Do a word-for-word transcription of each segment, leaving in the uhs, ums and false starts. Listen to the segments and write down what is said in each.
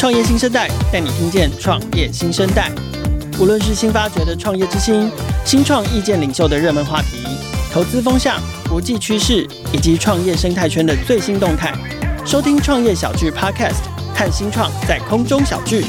创业新生代带你听见创业新生代，无论是新发掘的创业之星、新创意见领袖的热门话题、投资风向、国际趋势以及创业生态圈的最新动态，收听创业小聚 Podcast， 和新创在空中小聚。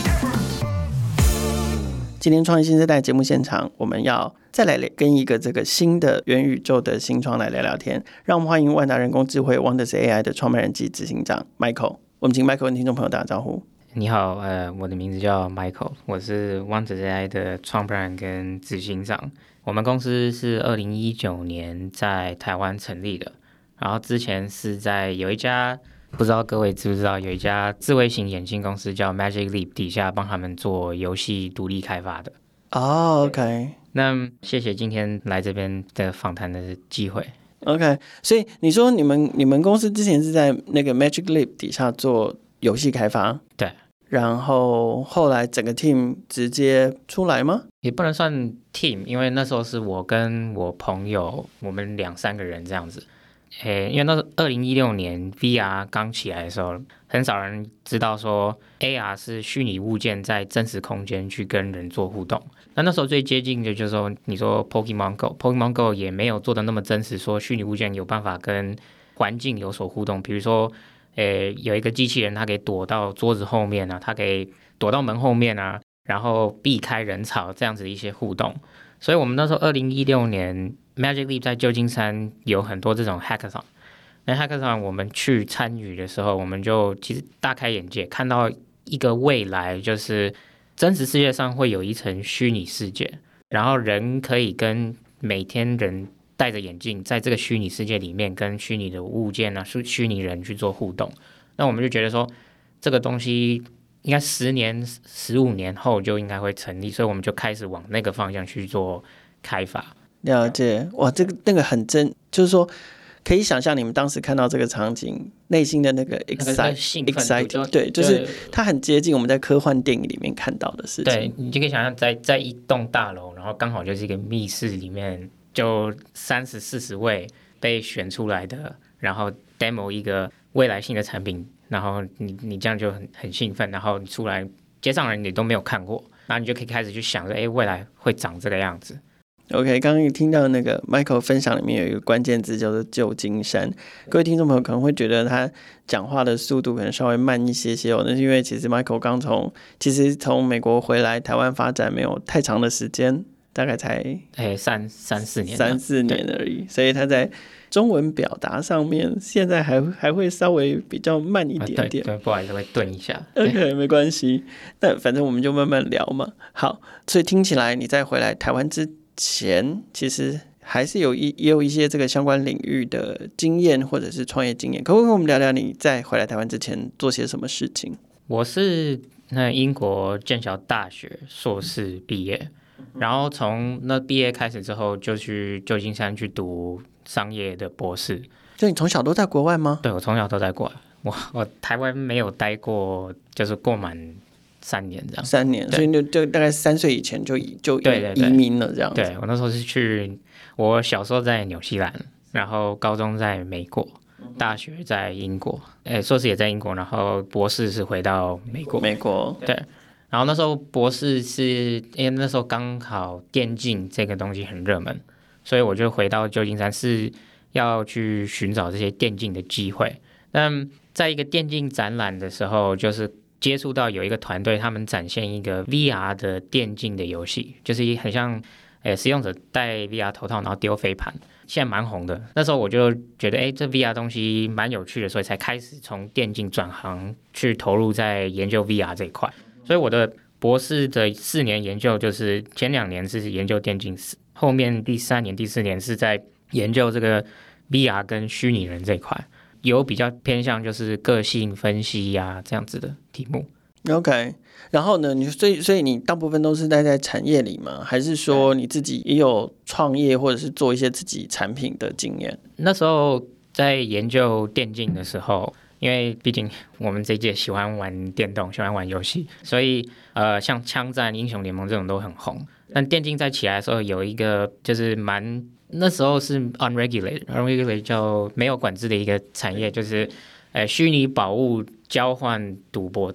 今天创业新生代节目现场，我们要再来跟一个这个新的元宇宙的新创来聊聊天。让我们欢迎万达人工智慧 Wonders A I 的创办人及执行长 Michael。我们请 Michael 跟听众朋友打个招呼。 你好，呃，我的名字叫 Michael， 我是 Wonders A I 的创办人跟执行长。我们公司是二零一九年在台湾成立的，然后之前是在有一家，不知道各位知不知道，有一家智慧型眼镜公司叫 Magic Leap 底下帮他们做游戏独立开发的。 哦、oh, OK。 那谢谢今天来这边的访谈的机会。 OK， 所以你说你们你们公司之前是在那个 Magic Leap 底下做游戏开发， 对， 然后后来整个 team 直接出来吗？ 也不能算 team， 因为那时候是我跟我朋友，我们两三个人这样子。诶，因为那时候二零一六年 V R 刚起来的时候，很少人知道说 A R 是虚拟物件在真实空间去跟人做互动。那那时候最接近的就是说，你说 Pokemon Go，Pokemon Go 也没有做的那么真实，说虚拟物件有办法跟环境有所互动。比如说，诶，有一个机器人，它可以躲到桌子后面啊，它可以躲到门后面啊，然后避开人潮这样子的一些互动。所以我们那时候二零一六年 Magic Leap 在旧金山有很多这种 hackathon。那 hackathon 我们去参与的时候，我们就其实大开眼界，看到一个未来，就是真实世界上会有一层虚拟世界，然后人可以跟每天人戴着眼镜在这个虚拟世界里面跟虚拟的物件啊、虚拟人去做互动。那我们就觉得说这个东西应该十年、十五年后就应该会成立，所以我们就开始往那个方向去做开发。 了解，哇，这个那个很真，就是说可以想象你们当时看到这个场景，内心的那个 excite excite， 对，就是它很接近我们在科幻电影里面看到的事情。 对，你就可以想象在在一栋大楼，然后刚好就是一个密室里面，就三十四十位被选出来的，然后 demo 一个未来性的产品。然后你你这样就很很兴奋，然后你出来街上人你都没有看过，然后你就可以开始去想说，哎，未来会长这个样子。 OK， 刚刚你听到那个 Michael 分享里面有一个关键字叫做旧金山，各位听众朋友可能会觉得他讲话的速度可能稍微慢一些些哦，那是因为其实 Michael 刚从其实从美国回来台湾发展没有太长的时间，大概才哎三三四年三四年而已，所以他在中文表达上面现在还还会稍微比较慢一点点，啊、 对, 对，不好意思，会顿一下。 OK， 没关系，那反正我们就慢慢聊嘛。好，所以听起来你在回来台湾之前，其实还是有一也有一些这个相关领域的经验或者是创业经验，可不可以跟我们聊聊你在回来台湾之前做些什么事情？ 我是那英国剑桥大学硕士毕业，然后从那毕业开始之后，就去旧金山去读商业的博士。 就你从小都在国外吗？ 对，我从小都在国外，我我台湾没有待过，就是过满三年这样。 三年，所以就就大概三岁以前就就移民了这样子。 对，我那时候是去，我小时候在纽西兰，然后高中在美国，大学在英国，诶，硕士也在英国，然后博士是回到美国。 美国， 对。然后那时候博士是因为那时候刚好电竞这个东西很热门，所以我就回到旧金山是要去寻找这些电竞的机会。但在一个电竞展览的时候，就是接触到有一个团队，他们展现一个 V R 的电竞的游戏，就是很像诶使用者戴 V R 头套然后丢飞盘，现在蛮红的。那时候我就觉得诶这 V R 东西蛮有趣的，所以才开始从电竞转行去投入在研究 V R 这一块。所以我的博士的四年研究就是前两年是研究电竞，后面第三年第四年是在研究这个 V R 跟虚拟人这一块，有比较偏向就是个性分析啊这样子的题目。 OK， 然后呢你所以所以你大部分都是待在产业里吗？还是说你自己也有创业或者是做一些自己产品的经验？ 那时候在研究电竞的时候，因为毕竟我们这一届喜欢玩电动，喜欢玩游戏，所以呃，像枪战、英雄联盟这种都很红。但电竞在起来的时候，有一个就是蛮那时候是 unregulated unregulated 叫没有管制的一个产业，就是呃虚拟宝物交换赌博这种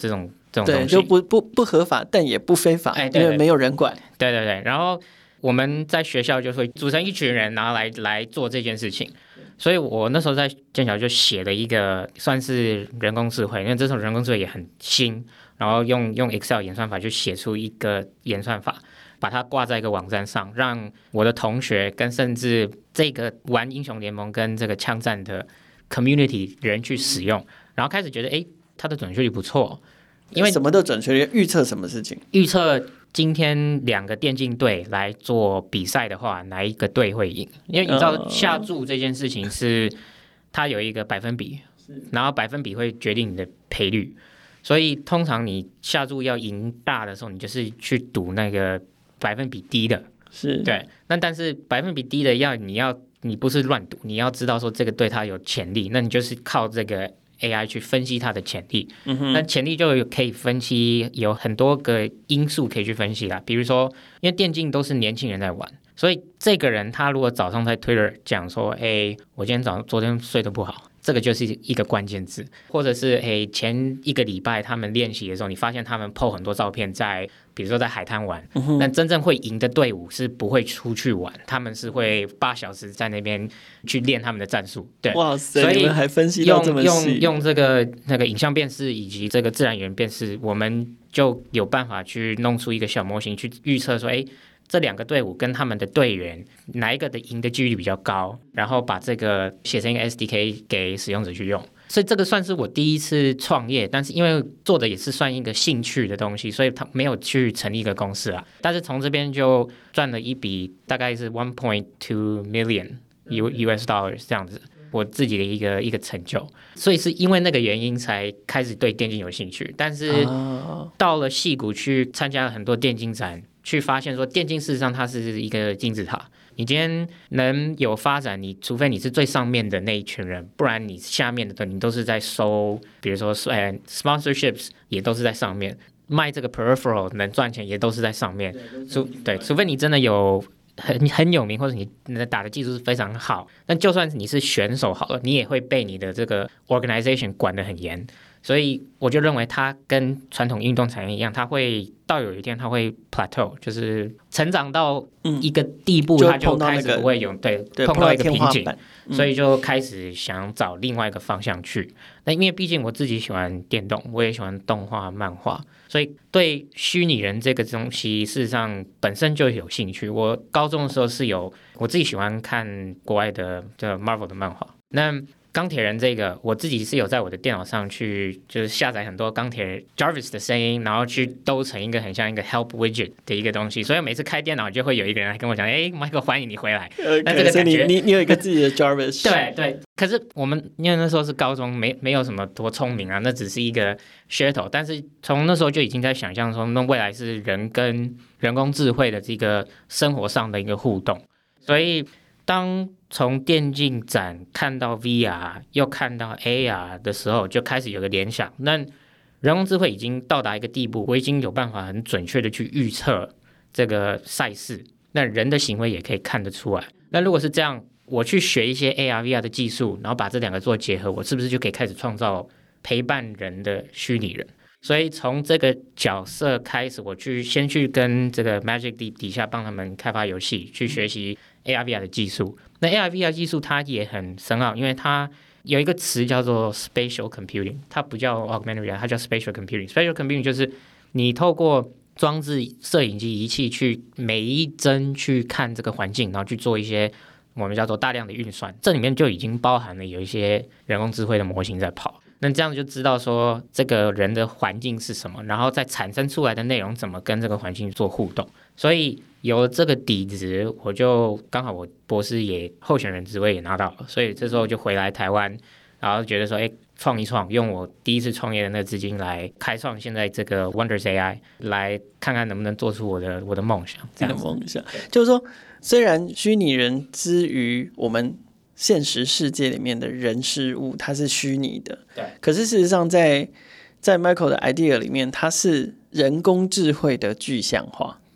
这种东西， 对，就不不不合法，但也不非法， 哎、对对因为没有人管。 对对对，然后我们在学校就会组成一群人，然后来来做这件事情。所以我那时候在剑桥就写了一个算是人工智慧，因为这种人工智慧也很新，然后用用 Excel 演算法就写出一个演算法，把它挂在一个网站上，让我的同学跟甚至这个玩英雄联盟跟这个枪战的 community 人去使用，然后开始觉得，哎，它的准确率不错，因为什么都准确率预测什么事情， 预测今天两个电竞队来做比赛的话，哪一个队会赢？因为你知道下注这件事情是它有一个百分比，然后百分比会决定你的赔率，所以通常你下注要赢大的时候，你就是去赌那个百分比低的， 是对。那但是百分比低的要你要你不是乱赌，你要知道说这个队它有潜力，那你就是靠这个A I 去分析它的潜力，嗯、那潜力就有可以分析有很多个因素可以去分析啦。比如说，因为电竞都是年轻人在玩，所以这个人他如果早上在 Twitter 讲说，哎，我今天早上昨天睡得不好，这个就是一个关键字。或者是哎，前一个礼拜他们练习的时候，你发现他们 po 很多照片在，比如说在海滩玩，嗯、但真正会赢的队伍是不会出去玩，他们是会八小时在那边去练他们的战术。对， 哇塞， 所以你们还分析到这么细， 用用用这个那个影像辨识以及这个自然语言辨识，我们就有办法去弄出一个小模型，去预测说，哎，这两个队伍跟他们的队员哪一个的赢的几率比较高，然后把这个写成一个 S D K 给使用者去用。所以这个算是我第一次创业，但是因为做的也是算一个兴趣的东西，所以他没有去成立一个公司啊。但是从这边就赚了一笔大概是 one point two million U S dollars 这样子，我自己的一个一个成就。所以是因为那个原因才开始对电竞有兴趣，但是到了矽谷去参加了很多电竞展，去发现说电竞事实上它是一个金字塔，你今天能有发展，你除非你是最上面的那一群人，不然你下面的你都是在收，比如说呃 sponsorships 也都是在上面，卖这个 peripheral 能赚钱也都是在上面，除对，除非你真的有很很有名，或者你打的技术是非常好，但就算你是选手好了，你也会被你的这个 organization 管得很严。所以我就认为它跟传统运动产业一样，它会到有一天它会 plateau， 就是成长到一个地步，它、嗯、就开始不会有 对, 对碰到一个瓶颈、嗯，所以就开始想找另外一个方向去。那因为毕竟我自己喜欢电动，我也喜欢动画、漫画，所以对虚拟人这个东西事实上本身就有兴趣。我高中的时候是有我自己喜欢看国外的的 Marvel 的漫画，那钢铁人这个我自己是有在我的电脑上去就是下载很多钢铁 Jarvis 的声音，然后去兜成一个很像一个 help widget 的一个东西，所以每次开电脑就会有一个人来跟我讲，哎 Michael 欢迎你回来。 Okay, 那这个感觉你 你, 你有一个自己的 Jarvis 对对，可是我们因为那时候是高中，没没有什么多聪明啊，那只是一个噱头，但是从那时候就已经在想象说那未来是人跟人工智慧的这个生活上的一个互动。所以当从电竞展看到 V R 又看到 A R 的时候，就开始有个联想，那人工智慧已经到达一个地步，我已经有办法很准确的去预测这个赛事，那人的行为也可以看得出来。那如果是这样，我去学一些 A R V R 的技术，然后把这两个做结合，我是不是就可以开始创造陪伴人的虚拟人？所以从这个角色开始，我去先去跟这个 Magic Leap 底下帮他们开发游戏，去学习 A R V R 的技术。那 A R V R 技术它也很深奥，因为它有一个词叫做 spatial computing， 它不叫 augmented reality， 它叫 spatial computing。spatial computing 就是你透过装置摄影机仪器去每一帧去看这个环境，然后去做一些我们叫做大量的运算，这里面就已经包含了有一些人工智慧的模型在跑。那这样就知道说这个人的环境是什么，然后再产生出来的内容怎么跟这个环境做互动。所以有了这个底子，我就刚好我博士也候选人职位也拿到了，所以这时候就回来台湾，然后觉得说哎，创一创，用我第一次创业的那个资金来开创现在这个 Wonders A I， 来看看能不能做出我的我的梦想。这样子梦想就是说，虽然虚拟人之于我们现实世界里面的人事物它是虚拟的， 对， 可是事实上在在 Michael 的 idea 里面，它是人工智慧的具象化。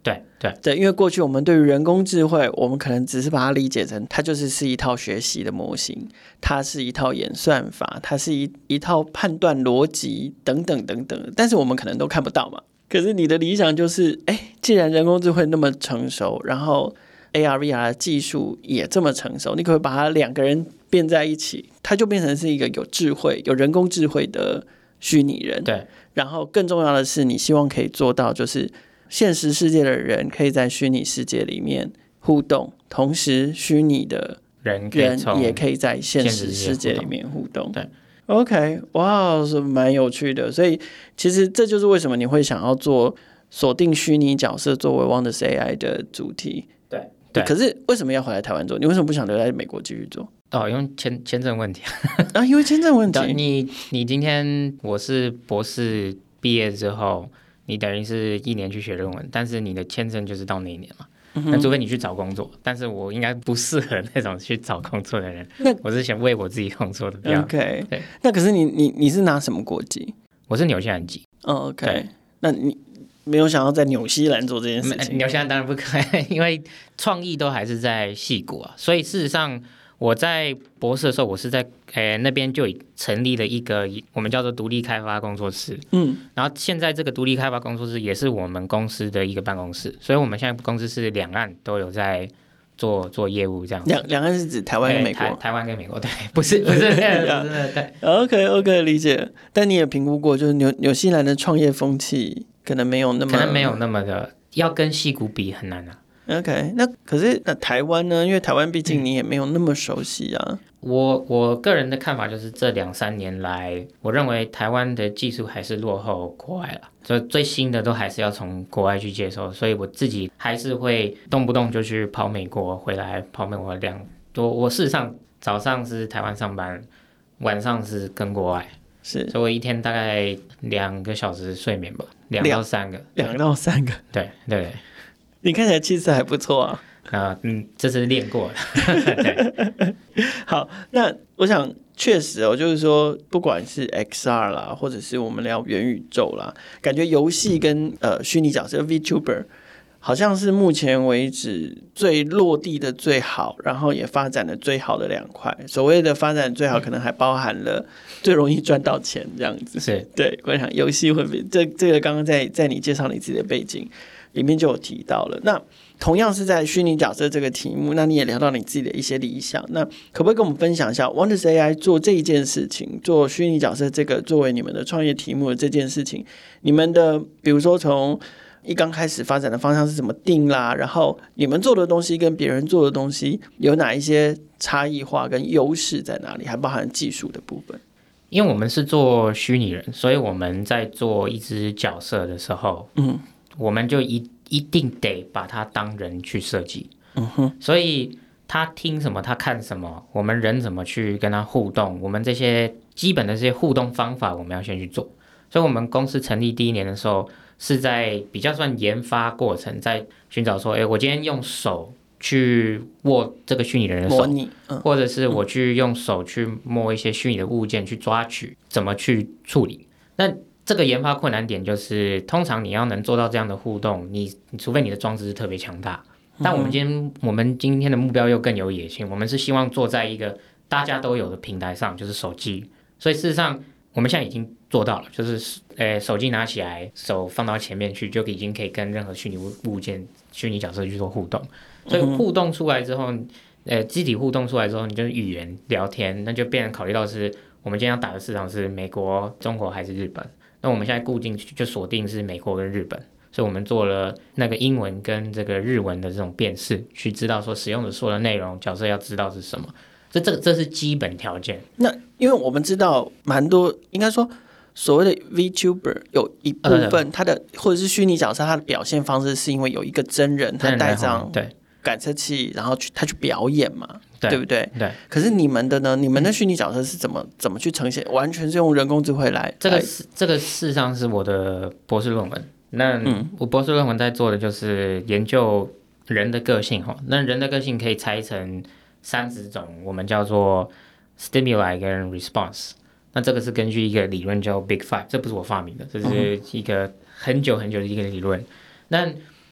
对对对，因为过去我们对于人工智慧，我们可能只是把它理解成它就是是一套学习的模型，它是一套演算法，它是一一套判断逻辑等等等等，但是我们可能都看不到嘛。可是你的理想就是，哎，既然人工智慧那么成熟，然后 A R V R 的技术也这么成熟，你可不可以把它两个人变在一起，它就变成是一个有智慧、有人工智慧的虚拟人。 对， 然后更重要的是，你希望可以做到，就是现实世界的人可以在虚拟世界里面互动，同时虚拟的人也可以在现实世界里面互动。 对 ，OK， 哇，是蛮有趣的。所以其实这就是为什么你会想要做锁定虚拟角色作为 Wonders A I 的主题。 对对。 可是为什么要回来台湾做？你为什么不想留在美国继续做？ 哦，因为签签证问题啊，因为签证问题。 你你今天我是博士毕业之后，你等于是一年去学论文，但是你的签证就是到那一年嘛。嗯、那除非你去找工作，但是我应该不适合那种去找工作的人。那我是想为我自己工作的比较。 OK， 对。那可是你你你是拿什么国籍？ 我是纽西兰籍。 哦 ，OK。那你没有想要在纽西兰做这件事情？ 纽西兰当然不可以，因为创意都还是在矽谷啊。所以事实上，我在博士的时候，我是在诶那边就成立了一个我们叫做独立开发工作室。嗯，然后现在这个独立开发工作室也是我们公司的一个办公室，所以我们现在公司是两岸都有在做做业务这样子。 两两岸是指台湾跟美国？ 台台湾跟美国，对，不是不是不是对。 OK OK， 理解。但你也评估过，就是纽纽西兰的创业风气可能没有那么， 可能没有那么的，要跟矽谷比很难啊。 OK， 那可是那台湾呢？因为台湾毕竟你也没有那么熟悉啊。 我我个人的看法就是，这两三年来，我认为台湾的技术还是落后国外了，所以最新的都还是要从国外去接收，所以我自己还是会动不动就去跑美国，回来跑美国两多。我事实上早上是台湾上班，晚上是跟国外， 是， 所以我一天大概两个小时睡眠吧，两到三个， 两到三个， 对对对。 你看起来气质还不错啊！ 啊，嗯，这是练过的。对， 好，那我想确实哦，就是说，不管是 X R 啦，或者是我们聊元宇宙啦，感觉游戏跟呃虚拟角色 VTuber 好像是目前为止最落地的最好，然后也发展的最好的两块。所谓的发展最好，可能还包含了最容易赚到钱这样子。 是， 对，我想游戏会比这这个刚刚在在你介绍你自己的背景里面就有提到了。那同样是在虚拟角色这个题目，那你也聊到你自己的一些理想，那可不可以跟我们分享一下 Wonders A I 做这一件事情，做虚拟角色这个作为你们的创业题目的这件事情，你们的比如说从一刚开始发展的方向是怎么定啦，然后你们做的东西跟别人做的东西有哪一些差异化跟优势在哪里，还包含技术的部分。 因为我们是做虚拟人，所以我们在做一只角色的时候，嗯，我们就一一定得把它当人去设计，嗯哼，所以他听什么，他看什么，我们人怎么去跟他互动，我们这些基本的这些互动方法，我们要先去做。所以，我们公司成立第一年的时候，是在比较算研发过程，在寻找说，哎，我今天用手去握这个虚拟人的手，嗯、或者是我去用手去摸一些虚拟的物件，去抓取，怎么去处理？那这个研发困难点就是，通常你要能做到这样的互动，你你除非你的装置是特别强大。但我们今天、嗯、我们今天的目标又更有野心，我们是希望做在一个大家都有的平台上，就是手机。所以事实上，我们现在已经做到了，就是呃手机拿起来，手放到前面去，就已经可以跟任何虚拟物件、虚拟角色去做互动。所以互动出来之后，呃，肢体互动出来之后，你就是语言聊天，那就变成考虑到是我们今天要打的市场是美国、中国还是日本。那我们现在固定就锁定是美国跟日本，所以我们做了那个英文跟这个日文的这种辨识，去知道说使用者说的内容，角色要知道是什么。这这这是基本条件。 那因为我们知道蛮多，应该说所谓的 VTuber 有一部分它的或者是虚拟角色，它的表现方式是因为有一个真人，他带上感测器，然后去他去表演嘛， 对, 对不对？ 对。 可是你们的呢？你们的虚拟角色是怎么、嗯、怎么去呈现？完全是用人工智慧来。 这个这个事实上是我的博士论文。那我博士论文在做的就是研究人的个性哈。那人的个性可以拆成三十种，我们叫做 stimuli 跟 response。那这个是根据一个理论叫 Big Five， 这不是我发明的，这是一个很久很久的一个理论。那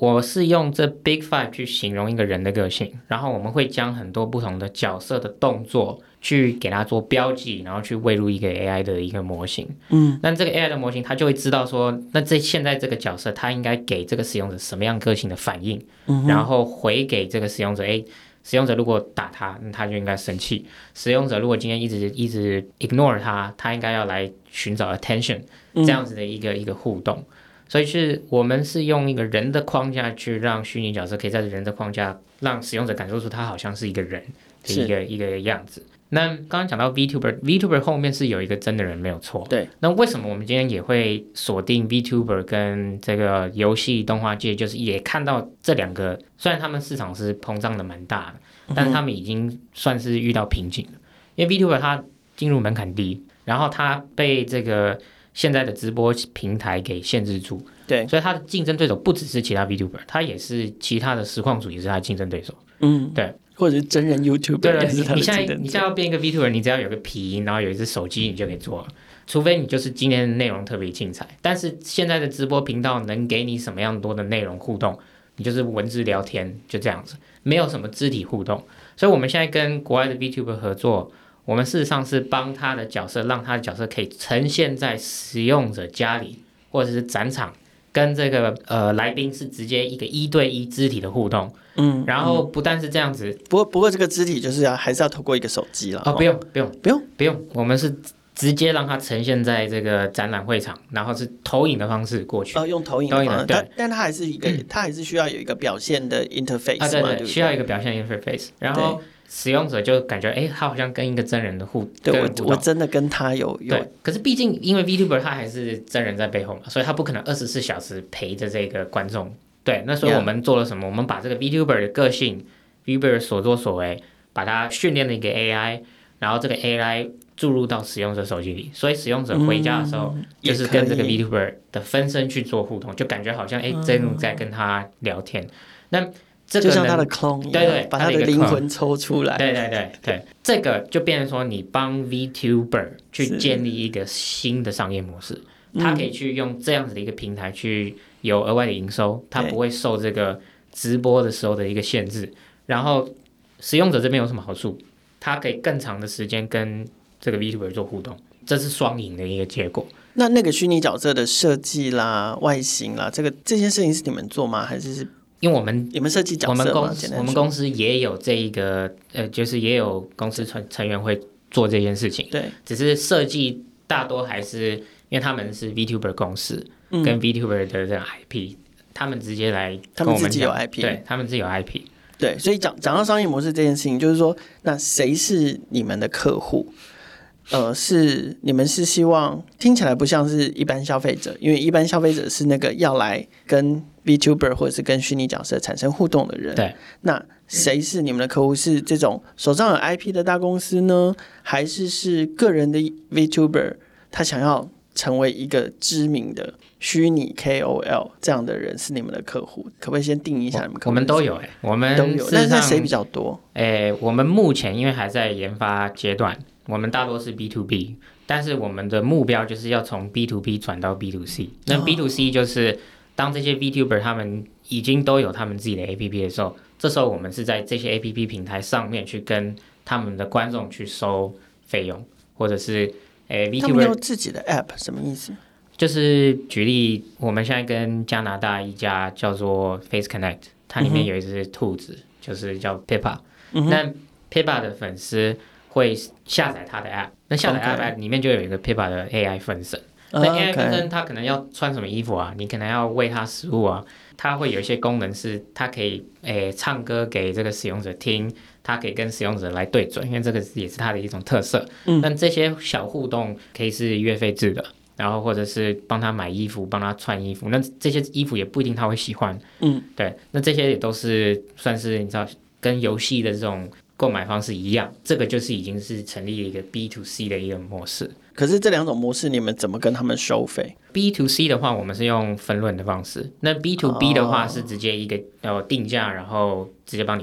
我是用这 Big Five 去形容一个人的个性，然后我们会将很多不同的角色的动作去给它做标记，然后去喂入一个 A I 的一个模型。嗯，那这个 A I 的模型它就会知道说，那这现在这个角色它应该给这个使用者什么样个性的反应，嗯、然后回给这个使用者，哎，使用者如果打他，那他就应该生气；使用者如果今天一直一直 ignore 他，他应该要来寻找 attention， 这样子的一个、嗯、一个互动。所以是我们是用一个人的框架去让虚拟角色可以在人的框架让使用者感受出他好像是一个人的一个一个样子。那刚刚讲到 VTuber，VTuber 后面是有一个真的人没有错。对。那为什么我们今天也会锁定 VTuber 跟这个游戏动画界，就是也看到这两个，虽然他们市场是膨胀的蛮大的，但是他们已经算是遇到瓶颈了。因为 VTuber 它进入门槛低，然后它被这个现在的直播平台给限制住，对，所以他的竞争对手不只是其他 VTuber， 他也是其他的实况主也是他的竞争对手，嗯，对，或者是真人 YouTuber， 对对，你现在你现在要变一个 VTuber， 你只要有个皮，然后有一只手机，你就可以做了，除非你就是今天的内容特别精彩，但是现在的直播频道能给你什么样多的内容互动？你就是文字聊天，就这样子，没有什么肢体互动，所以我们现在跟国外的 VTuber 合作。我们事实上是帮他的角色，让他的角色可以呈现在使用者家里或者是展场，跟这个呃来宾是直接一个一对一肢体的互动。嗯，然后不但是这样子，不过不过这个肢体就是要还是要透过一个手机了。哦，不用不用不用不用，我们是直接让它呈现在这个展览会场，然后是投影的方式过去。哦，用投影的方式，但但它还是一个，嗯、它还是需要有一个表现的 interface 啊，对 对, 对，需要一个表现 interface， 然后。使用者就感觉哎，他好像跟一个真人的互对我我真的跟他有有对，可是毕竟因为 VTuber 他还是真人在背后嘛，所以他不可能二十四小时陪着这个观众。对，那所以我们做了什么？ Yeah. 我们把这个 VTuber 的个性 ，VTuber 所作所为，把它训练了一个 A I， 然后这个 A I 注入到使用者手机里，所以使用者回家的时候，嗯、就是跟这个 VTuber 的分身去做互动，就感觉好像哎，真的在跟他聊天。那这个就像他的 clone 一样，对对，把他的灵魂抽出来。对对对对，这个就变成说，你帮 VTuber 去建立一个新的商业模式，他可以去用这样子的一个平台去有额外的营收，他不会受这个直播的时候的一个限制。然后使用者这边有什么好处？他可以更长的时间跟这个 VTuber 做互动，这是双赢的一个结果。那那个虚拟角色的设计啦、外形啦，这个这件事情是你们做吗？还是是？因为我们你们设计角色，我们公司我们公司也有这一个呃，就是也有公司成成员会做这件事情。对，只是设计大多还是因为他们是 VTuber 公司，嗯、跟 VTuber 的这个 I P， 他们直接来跟我们讲，他们自己有 I P， 对他们自己有 I P。对，所以讲讲到商业模式这件事情，就是说，那谁是你们的客户？呃，是你们是希望听起来不像是一般消费者，因为一般消费者是那个要来跟 VTuber 或者是跟虚拟角色产生互动的人。对，那谁是你们的客户？是这种手上有 I P 的大公司呢，还是是个人的 VTuber 他想要成为一个知名的虚拟 K O L 这样的人是你们的客户？可不可以先定义一下你们客户？我们都有哎、欸，我们都有。那那谁比较多？哎、欸，我们目前因为还在研发阶段。我们大多是 B to B， 但是我们的目标就是要从 B to B 转到 B to C。那 B to C 就是当这些 VTuber 他们已经都有他们自己的 A P P 的时候，这时候我们是在这些 A P P 平台上面去跟他们的观众去收费用，或者是诶 VTuber 他们有自己的 App 什么意思？就是举例，我们现在跟加拿大一家叫做 Face Connect， 它里面有一只兔子，嗯、就是叫 Peppa。嗯、那 Peppa 的粉丝会下载他的 app， 那下载 app 里面就有一个 Peppa 的 A I 分身。那 A I 分身他可能要穿什么衣服啊？你可能要喂他食物啊。它会有一些功能是，它可以诶唱歌给这个使用者听，它可以跟使用者来对准，因为这个也是它的一种特色。嗯，但这些小互动可以是月费制的，然后或者是帮他买衣服，帮他穿衣服。那这些衣服也不一定他会喜欢。嗯，对，那这些也都是算是你知道跟游戏的这种购买方式一样，这个就是已经是成立了一个 B to C 的一个模式。可是这两种模式你们怎么跟他们收费？ B to C 的话我们是用分润的方式，那 B to B 的话是直接一个呃定价然后直接帮你做。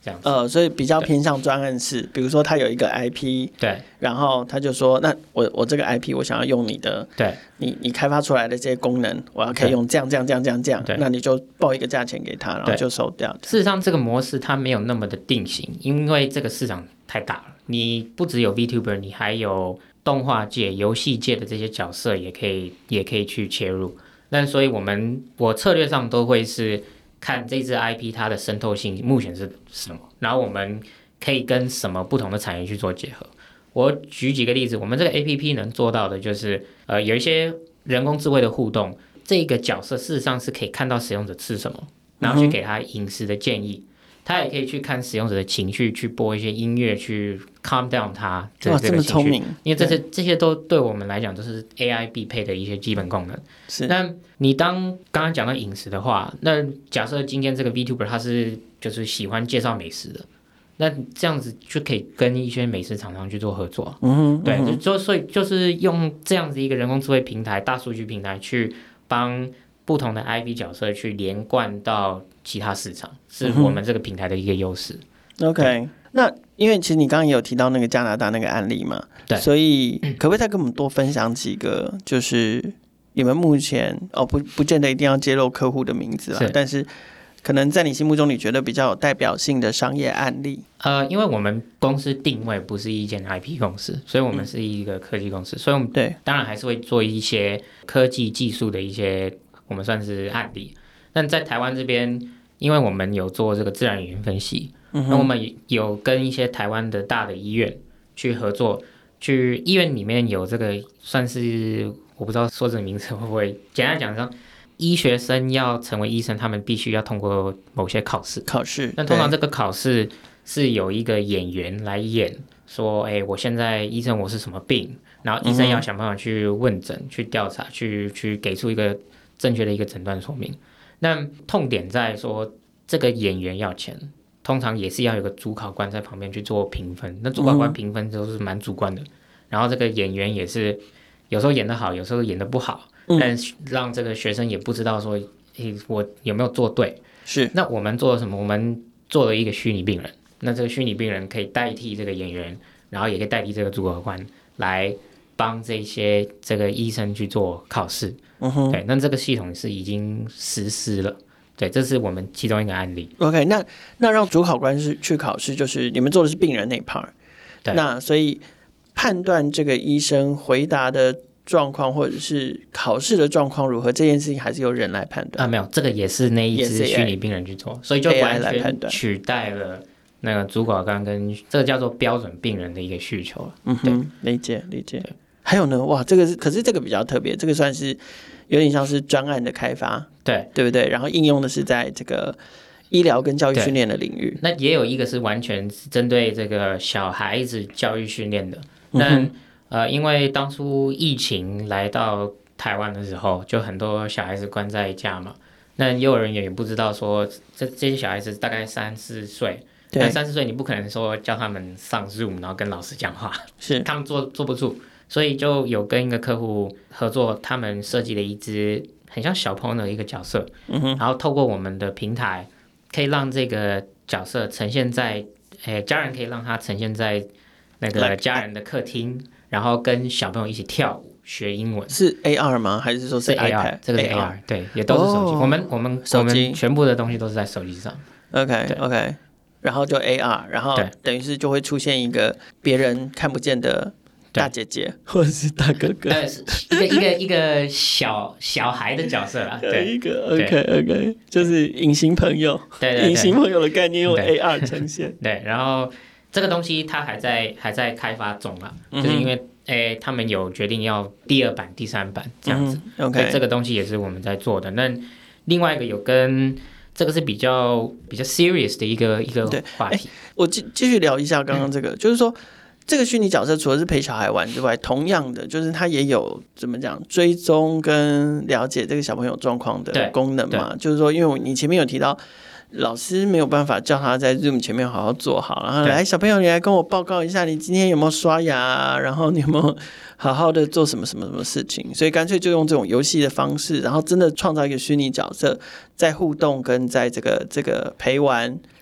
这样子。 呃，所以比较偏向专案式，比如说他有一个 I P， 对， 然后他就说，那我我这个 I P 我想要用你的， 对， 你你开发出来的这些功能，我要可以用这样这样这样这样这样，那你就报一个价钱给他，然后就收掉。 事实上，这个模式它没有那么的定型，因为这个市场太大了，你不只有 VTuber， 你还有动画界、游戏界的这些角色也可以也可以去切入。那所以我们我策略上都会是看这支 I P 它的渗透性目前是什么，然后我们可以跟什么不同的产业去做结合。我举几个例子，我们这个 A P P 能做到的就是，呃，有一些人工智慧的互动，这个角色事实上是可以看到使用者吃什么，然后去给他饮食的建议。他也可以去看使用者的情绪，去播一些音乐，去 calm down 他的这个情绪。哇，这么聪明！因为这些这些都对我们来讲都是 A I 必配的一些基本功能。 是。 那你当刚刚讲到饮食的话，那假设今天这个 VTuber 他是就是喜欢介绍美食的，那这样子就可以跟一些美食厂商去做合作。 嗯哼， 对， 嗯就所以就是用这样子一个人工智慧平台、大数据平台去帮不同的 I P 角色去连贯到其他市场，是我们这个平台的一个优势。 OK， 那因为其实你刚刚也有提到那个加拿大那个案例嘛， 对， 所以可不可以再跟我们多分享几个，就是你们目前哦不不见得一定要揭露客户的名字啦，但是可能在你心目中你觉得比较有代表性的商业案例？ 呃，因为我们公司定位不是一间 I P 公司，所以我们是一个科技公司，所以我们对当然还是会做一些科技技术的一些我们算是案例。但在台湾这边，因为我们有做这个自然语言分析，嗯、那我们有跟一些台湾的大的医院去合作，去医院里面有这个算是我不知道说这个名字会不会，简单讲上，医学生要成为医生，他们必须要通过某些考试。 考试， 那通常这个考试是有一个演员来演，说，哎，我现在医生我是什么病，然后医生要想办法去问诊、嗯、去调查、去去给出一个正确的一个诊断说明。那痛点在说，这个演员要钱，通常也是要有个主考官在旁边去做评分。那主考官评分都是蛮主观的，嗯、然后这个演员也是有时候演得好，有时候演得不好，嗯、但让这个学生也不知道说，诶，我有没有做对？ 是。 那我们做了什么？我们做了一个虚拟病人。那这个虚拟病人可以代替这个演员，然后也可以代替这个主考官来帮这些这个医生去做考试。嗯哼，对，那这个系统是已经实施了，对，这是我们其中一个案例。 OK， 那那让主考官是去考试，就是你们做的是病人那 part， 对，那所以判断这个医生回答的状况或者是考试的状况如何，这件事情还是由人来判断啊？没有，这个也是那一支虚拟病人去做，所以就完全取代了那个主考官跟这个叫做标准病人的一个需求了。 嗯哼，理解理解。还有呢，哇，这个是可是这个比较特别，这个算是有点像是专案的开发， 对对不对？然后应用的是在这个医疗跟教育训练的领域。 那也有一个是完全针对这个小孩子教育训练的。那、嗯、呃，因为当初疫情来到台湾的时候，就很多小孩子关在家嘛，那幼儿园也不知道说这这些小孩子大概三四岁。那三四岁你不可能说叫他们上 Zoom 然后跟老师讲话， 是他们坐坐不住。所以就有跟一个客户合作，他们设计了一只很像小朋友的一个角色，嗯哼，然后透过我们的平台，可以让这个角色呈现在，诶，家人可以让他呈现在那个家人的客厅，然后跟小朋友一起跳舞学英文。 是 A R 吗？还是说是 A R？ 这个是 A R， 对，也都是手机。哦、我们我们我们全部的东西都是在手机上。 OK OK， 然后就 A R， 然后等于是就会出现一个别人看不见的大姐姐或者是大哥哥， 呃，一个一个一个小小孩的角色啦，对， 一个 OK OK， 就是隐形朋友， 对对对， 隐形朋友的概念用 A R 呈现， 对，然后这个东西它还在还在开发中啦，嗯、就是因为诶他们有决定要第二版、第三版这样子， 嗯、OK， 这个东西也是我们在做的。那另外一个有跟这个是比较比较 serious 的一个一个话题， 我继继续聊一下刚刚这个，嗯、就是说。这个虚拟角色除了是陪小孩玩之外，同样的就是它也有怎么讲追踪跟了解这个小朋友状况的功能嘛？就是说，因为你前面有提到，老师没有办法叫他在 Zoom 前面好好坐好，然后来小朋友，你来跟我报告一下，你今天有没有刷牙啊？然后你有没有好好的做什么什么什么事情？所以干脆就用这种游戏的方式，然后真的创造一个虚拟角色，在互动跟在这个这个陪玩。 对。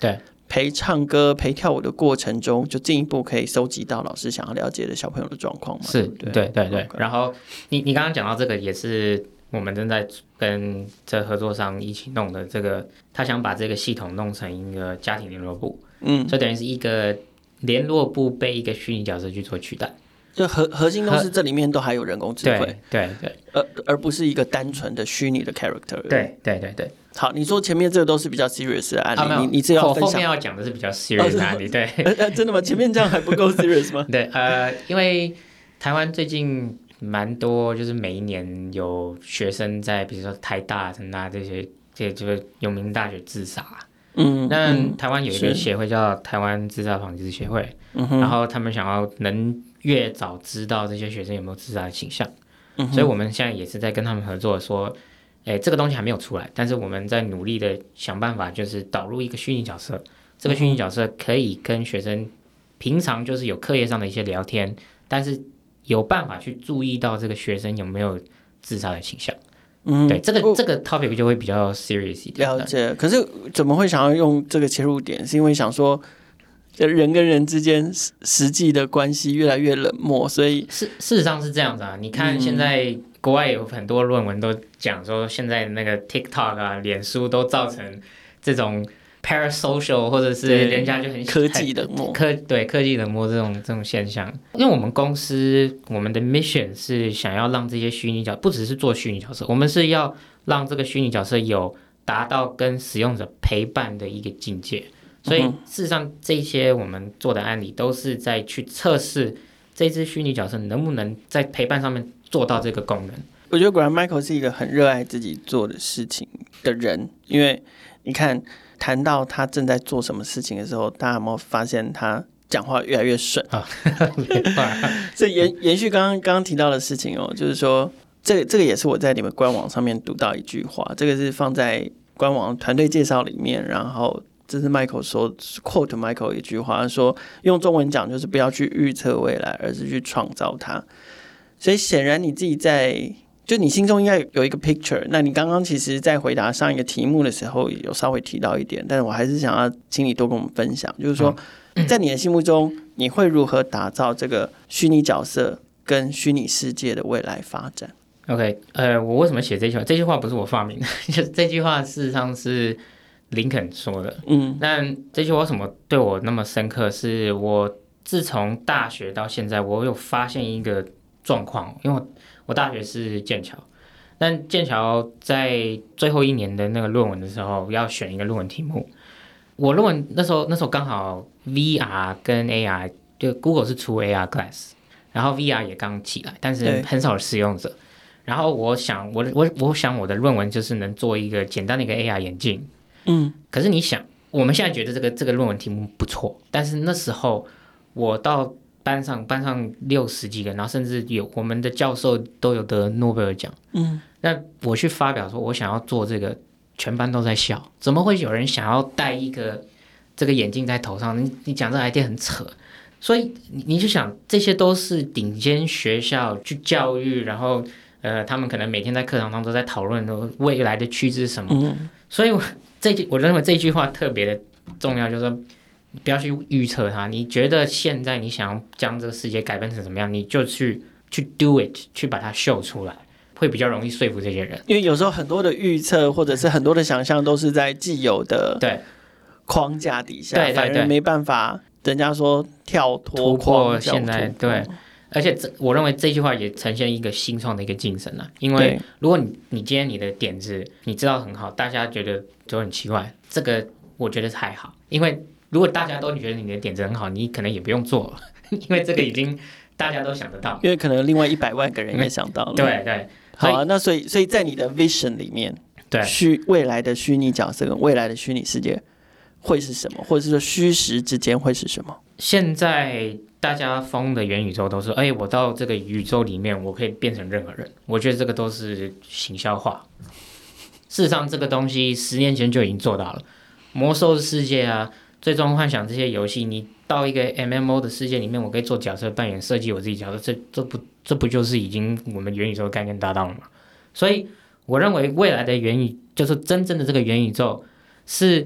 陪唱歌、陪跳舞的过程中，就进一步可以收集到老师想要了解的小朋友的状况嘛？ 是， 对对对对。然后你你刚刚讲到这个，也是我们正在跟这合作商一起弄的这个，他想把这个系统弄成一个家庭联络簿，嗯，所以等于是一个联络簿被一个虚拟角色去做取代。 就核核心都是这里面都还有人工智慧， 对对对， 而而不是一个单纯的虚拟的 character。 对对对对。 好，你说前面这个都是比较 serious 的案例， 啊、 你你自己要分享。 后面要讲的是比较 serious 的案例，对、 呃。真的吗？前面这样还不够 serious 吗？ 对，呃，因为台湾最近蛮多，就是每一年有学生在，比如说台大、成大这些这些就是有名大学自杀。嗯，那台湾有一个协会叫台湾自杀防治协会，嗯、然后他们想要能越早知道这些学生有没有自杀的倾向，嗯、所以我们现在也是在跟他们合作说，哎，这个东西还没有出来，但是我们在努力的想办法，就是导入一个虚拟角色，这个虚拟角色可以跟学生平常就是有课业上的一些聊天，但是有办法去注意到这个学生有没有自杀的倾向。嗯，对，这个这个 topic 就会比较 serious 一点。 了解，可是怎么会想要用这个切入点？是因为想说人跟人之间实际的关系越来越冷漠，所以事事实上是这样子啊。你看现在国外有很多论文都讲说，现在那个 TikTok 啊、脸书都造成这种 parasocial 或者是人家就很科技冷漠， 科对科技冷漠这种这种现象。因为我们公司我们的 mission 是想要让这些虚拟角，不只是做虚拟角色，我们是要让这个虚拟角色有达到跟使用者陪伴的一个境界。所以事实上这些我们做的案例都是在去测试这只虚拟角色能不能在陪伴上面做到这个功能。 我觉得果然 Michael 是一个很热爱自己做的事情的人，因为你看谈到他正在做什么事情的时候，大家有没有发现他讲话越来越顺啊？所以延延续刚刚刚刚提到的事情哦，就是说这个这个也是我在你们官网上面读到一句话，这个是放在官网团队介绍里面，然后这是 Michael 说 quote Michael 一句话，说用中文讲就是不要去预测未来，而是去创造它。所以显然你自己在就你心中应该有一个 picture， 那你刚刚其实在回答上一个题目的时候有稍微提到一点，但是我还是想要请你多跟我们分享，就是说在你的心目中你会如何打造这个虚拟角色跟虚拟世界的未来发展。 OK， 呃，我为什么写这句话？这句话不是我发明的，这句话事实上是林肯说的。嗯，但这句话为什么对我那么深刻？是我自从大学到现在，我有发现一个状况，因为我我大学是剑桥，但剑桥在最后一年的那个论文的时候要选一个论文题目，我论文那时候那时候刚好 V R 跟 A R， 就 Google 是出 A R Glass， 然后 V R 也刚起来，但是很少的使用者。然后我想我我我想我的论文就是能做一个简单的一个 A R 眼镜，嗯，可是你想我们现在觉得这个这个论文题目不错，但是那时候我到班上班上六十几个，然后甚至有我们的教授都有得诺贝尔奖。嗯，那我去发表说我想要做这个，全班都在笑，怎么会有人想要戴一个这个眼镜在头上？你你讲这 idea 很扯。所以你你就想，这些都是顶尖学校去教育，然后呃，他们可能每天在课堂上都在讨论未来的趋势是什么。嗯，所以我这句我认为这句话特别的重要，就是说你不要去预测它，你觉得现在你想要将这个世界改变成什么样，你就去去 do it， 去把它秀出来，会比较容易说服这些人。 因为有时候很多的预测或者是很多的想象都是在既有的框架底下，对对对，反而没办法，人家说跳脱框架， 现在对。而且这我认为这句话也呈现一个新创的一个精神啊，因为如果你你今天你的点子你知道很好，大家觉得就很奇怪，这个我觉得还好，因为如果大家都觉得你的点子很好，你可能也不用做了，因为这个已经大家都想得到， 因为可能另外一百万个人也想到了。 对对， 好啊，那所以所以在你的 vision 里面， 对虚未来的虚拟角色跟未来的虚拟世界会是什么，或者是说虚实之间会是什么？ 现在大家疯的元宇宙都是，哎，我到这个宇宙里面，我可以变成任何人。我觉得这个都是行销话。事实上，这个东西十年前就已经做到了。魔兽世界啊，最终幻想这些游戏，你到一个 M M O 的世界里面，我可以做角色扮演，设计我自己角色，这这不这不就是已经我们元宇宙的概念达到了吗？所以我认为未来的元宇，就是真正的这个元宇宙，是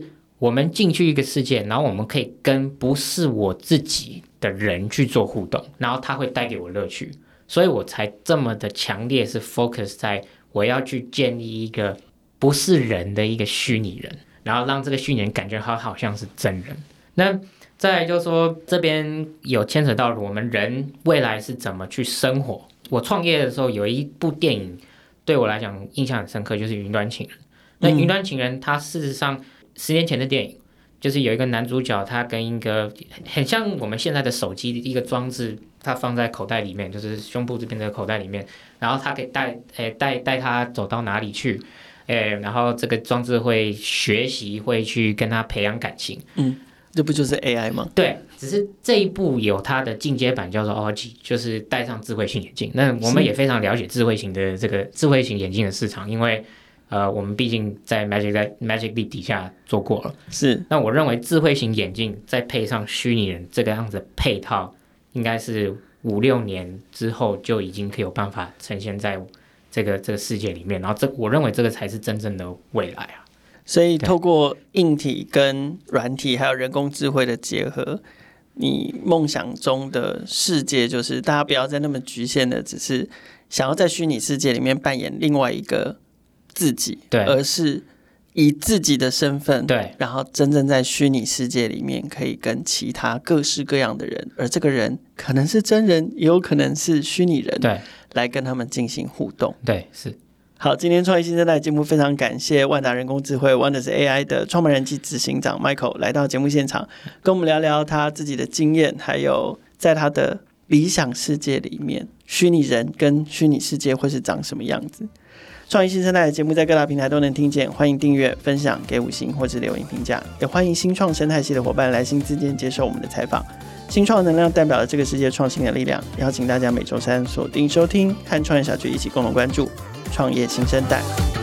我们进去一个世界，然后我们可以跟不是我自己的人去做互动，然后它会带给我乐趣，所以我才这么的强烈是 focus 在我要去建立一个不是人的一个虚拟人，然后让这个虚拟人感觉他好像是真人。那再来就是说，这边有牵扯到我们人未来是怎么去生活。我创业的时候有一部电影对我来讲印象很深刻，就是《云端情人》。那《云端情人》它事实上十年前的电影，就是有一个男主角，他跟一个很像我们现在的手机一个装置，他放在口袋里面，就是胸部这边的口袋里面，然后他可以带诶带带他走到哪里去，诶，然后这个装置会学习，会去跟他培养感情。 嗯，这不就是 A I 吗？ 对，只是这一部有它的进阶版叫做 O G， 就是戴上智慧型眼镜。那我们也非常了解智慧型的这个智慧型眼镜的市场，因为呃，我们毕竟在 Magic 在 Magic Leap 底下做过了。 是。 那我认为智慧型眼镜再配上虚拟人这个样子的配套，应该是五六年之后就已经可以有办法呈现在这个这个世界里面。然后这我认为这个才是真正的未来啊。 所以透过硬体跟软体还有人工智慧的结合，你梦想中的世界就是大家不要再那么局限的只是想要在虚拟世界里面扮演另外一个自己， 对， 而是以自己的身份， 对， 然后真正在虚拟世界里面可以跟其他各式各样的人，而这个人可能是真人也有可能是虚拟人， 对， 来跟他们进行互动。 对，是。 好，今天创业新生代节目非常感谢万达人工智慧 Wonders A I 的创办人及执行长 Michael 来到节目现场，跟我们聊聊他自己的经验，还有在他的理想世界里面，虚拟人跟虚拟世界会是长什么样子。创业新生代的节目在各大平台都能听见，欢迎订阅、分享、给五星或是留言评价，也欢迎新创生态系的伙伴来信自荐接受我们的采访。新创能量代表了这个世界创新的力量，邀请大家每周三锁定收听，和创业小聚一起共同关注创业新生代。